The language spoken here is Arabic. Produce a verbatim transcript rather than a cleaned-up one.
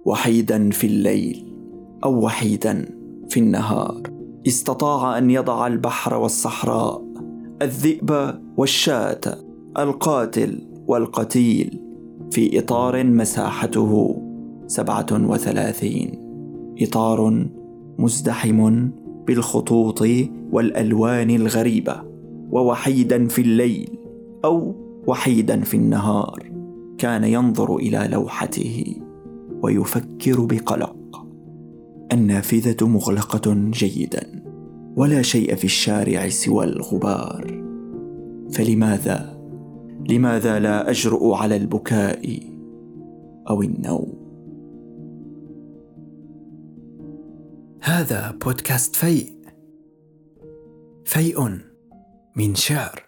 وحيدا في الليل أو وحيدا في النهار، استطاع أن يضع البحر والصحراء، الذئب والشاة، القاتل والقتيل في إطار مساحته سبعة وثلاثين، إطار مزدحم بالخطوط والألوان الغريبة. ووحيدا في الليل أو وحيدا في النهار كان ينظر إلى لوحته ويفكر بقلق. النافذة مغلقة جيدا، ولا شيء في الشارع سوى الغبار. فلماذا لماذا لا أجرؤ على البكاء أو النوم؟ هذا بودكاست فيء، فيء من شعر.